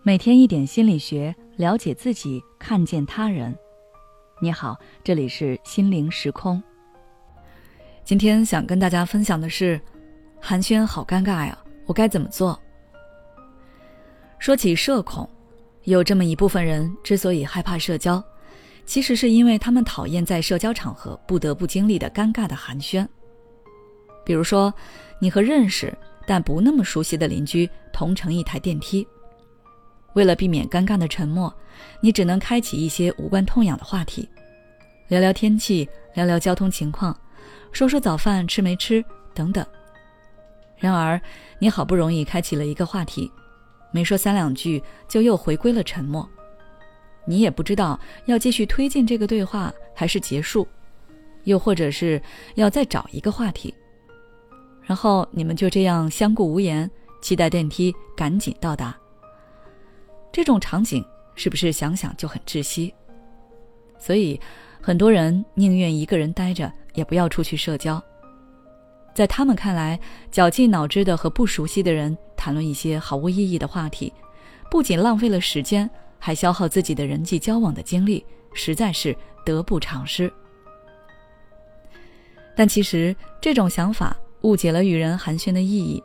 每天一点心理学，了解自己，看见他人。你好，这里是心灵时空。 今天想跟大家分享的是，寒暄好尴尬呀，我该怎么做？说起社恐，有这么一部分人之所以害怕社交，其实是因为他们讨厌在社交场合不得不经历的尴尬的寒暄。比如说，你和认识但不那么熟悉的邻居同乘一台电梯，为了避免尴尬的沉默，你只能开启一些无关痛痒的话题，聊聊天气，聊聊交通情况，说说早饭吃没吃等等。然而，你好不容易开启了一个话题，没说三两句就又回归了沉默。你也不知道要继续推进这个对话还是结束，又或者是要再找一个话题。然后你们就这样相顾无言，期待电梯赶紧到达。这种场景是不是想想就很窒息？所以很多人宁愿一个人待着，也不要出去社交。在他们看来，绞尽脑汁的和不熟悉的人谈论一些毫无意义的话题，不仅浪费了时间，还消耗自己的人际交往的精力，实在是得不偿失。但其实这种想法误解了与人寒暄的意义。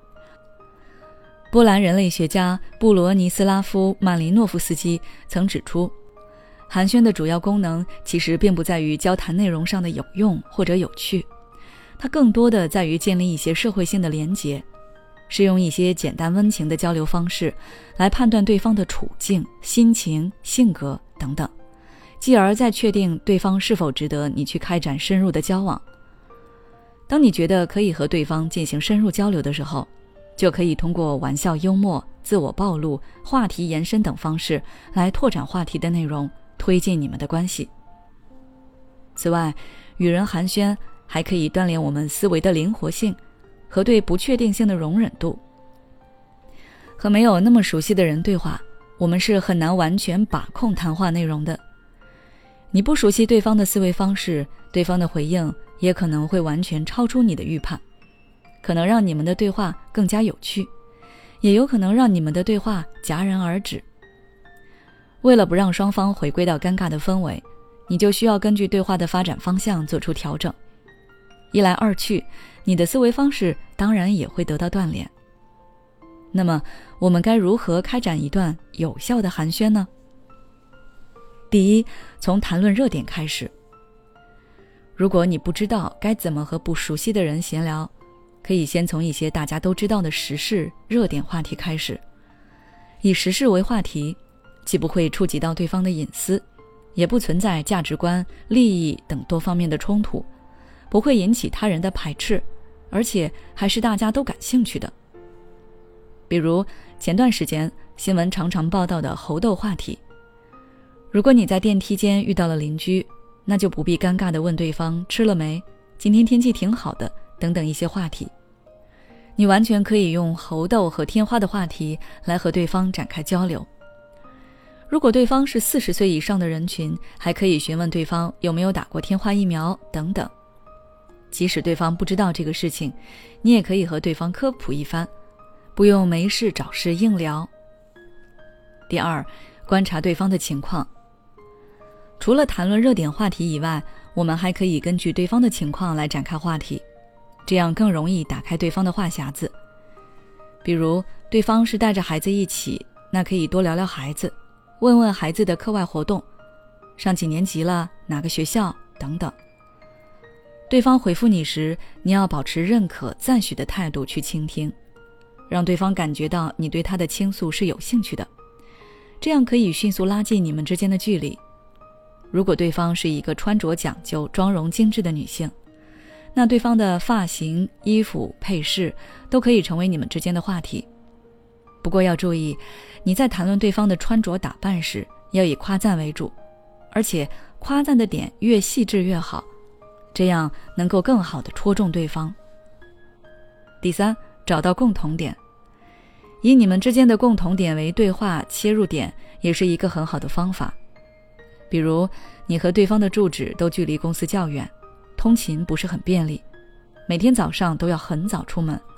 波兰人类学家布罗尼斯拉夫·马林诺夫斯基曾指出，寒暄的主要功能其实并不在于交谈内容上的有用或者有趣，它更多的在于建立一些社会性的连结，是用一些简单温情的交流方式来判断对方的处境、心情、性格等等，继而再确定对方是否值得你去开展深入的交往。当你觉得可以和对方进行深入交流的时候，就可以通过玩笑幽默、自我暴露、话题延伸等方式来拓展话题的内容，推进你们的关系。此外，与人寒暄还可以锻炼我们思维的灵活性和对不确定性的容忍度。和没有那么熟悉的人对话，我们是很难完全把控谈话内容的。你不熟悉对方的思维方式，对方的回应也可能会完全超出你的预判，可能让你们的对话更加有趣，也有可能让你们的对话戛然而止。为了不让双方回归到尴尬的氛围，你就需要根据对话的发展方向做出调整。一来二去，你的思维方式当然也会得到锻炼。那么，我们该如何开展一段有效的寒暄呢？第一，从谈论热点开始。如果你不知道该怎么和不熟悉的人闲聊，可以先从一些大家都知道的时事、热点话题开始。以时事为话题，既不会触及到对方的隐私，也不存在价值观、利益等多方面的冲突，不会引起他人的排斥，而且还是大家都感兴趣的。比如前段时间新闻常常报道的猴痘话题，如果你在电梯间遇到了邻居，那就不必尴尬地问对方吃了没，今天天气挺好的等等一些话题。你完全可以用猴痘和天花的话题来和对方展开交流。如果对方是40岁以上的人群，还可以询问对方有没有打过天花疫苗等等。即使对方不知道这个事情，你也可以和对方科普一番，不用没事找事硬聊。第二，观察对方的情况。除了谈论热点话题以外，我们还可以根据对方的情况来展开话题，这样更容易打开对方的话匣子。比如对方是带着孩子一起，那可以多聊聊孩子，问问孩子的课外活动，上几年级了，哪个学校等等。对方回复你时，你要保持认可、赞许的态度去倾听，让对方感觉到你对他的倾诉是有兴趣的，这样可以迅速拉近你们之间的距离。如果对方是一个穿着讲究、妆容精致的女性，那对方的发型、衣服、配饰都可以成为你们之间的话题。不过要注意，你在谈论对方的穿着打扮时，要以夸赞为主，而且夸赞的点越细致越好，这样能够更好地戳中对方。第三，找到共同点。以你们之间的共同点为对话切入点，也是一个很好的方法。比如你和对方的住址都距离公司较远，通勤不是很便利，每天早上都要很早出门，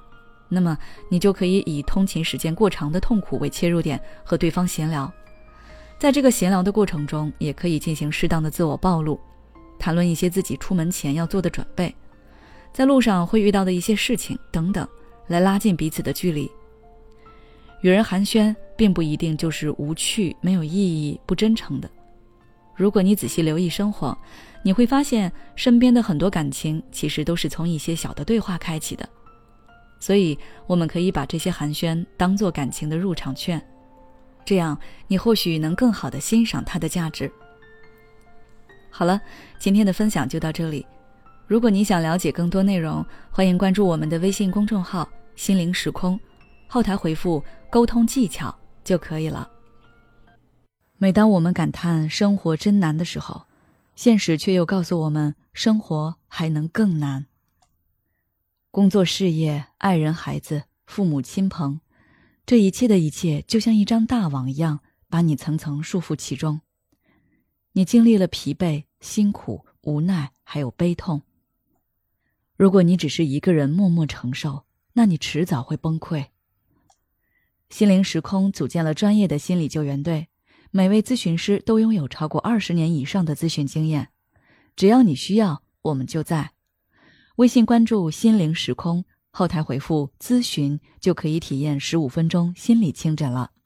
那么你就可以以通勤时间过长的痛苦为切入点，和对方闲聊。在这个闲聊的过程中，也可以进行适当的自我暴露，谈论一些自己出门前要做的准备，在路上会遇到的一些事情等等，来拉近彼此的距离。与人寒暄并不一定就是无趣、没有意义、不真诚的。如果你仔细留意生活，你会发现身边的很多感情其实都是从一些小的对话开启的。所以我们可以把这些寒暄当作感情的入场券，这样你或许能更好地欣赏它的价值。好了，今天的分享就到这里。如果你想了解更多内容，欢迎关注我们的微信公众号心灵时空，后台回复沟通技巧就可以了。每当我们感叹生活真难的时候，现实却又告诉我们生活还能更难。工作、事业、爱人、孩子、父母亲朋，这一切的一切就像一张大网一样，把你层层束缚其中。你经历了疲惫、辛苦、无奈，还有悲痛。如果你只是一个人默默承受，那你迟早会崩溃。心灵时空组建了专业的心理救援队，每位咨询师都拥有超过20年以上的咨询经验。只要你需要，我们就在。微信关注心灵时空，后台回复咨询就可以体验15分钟心理清诊了。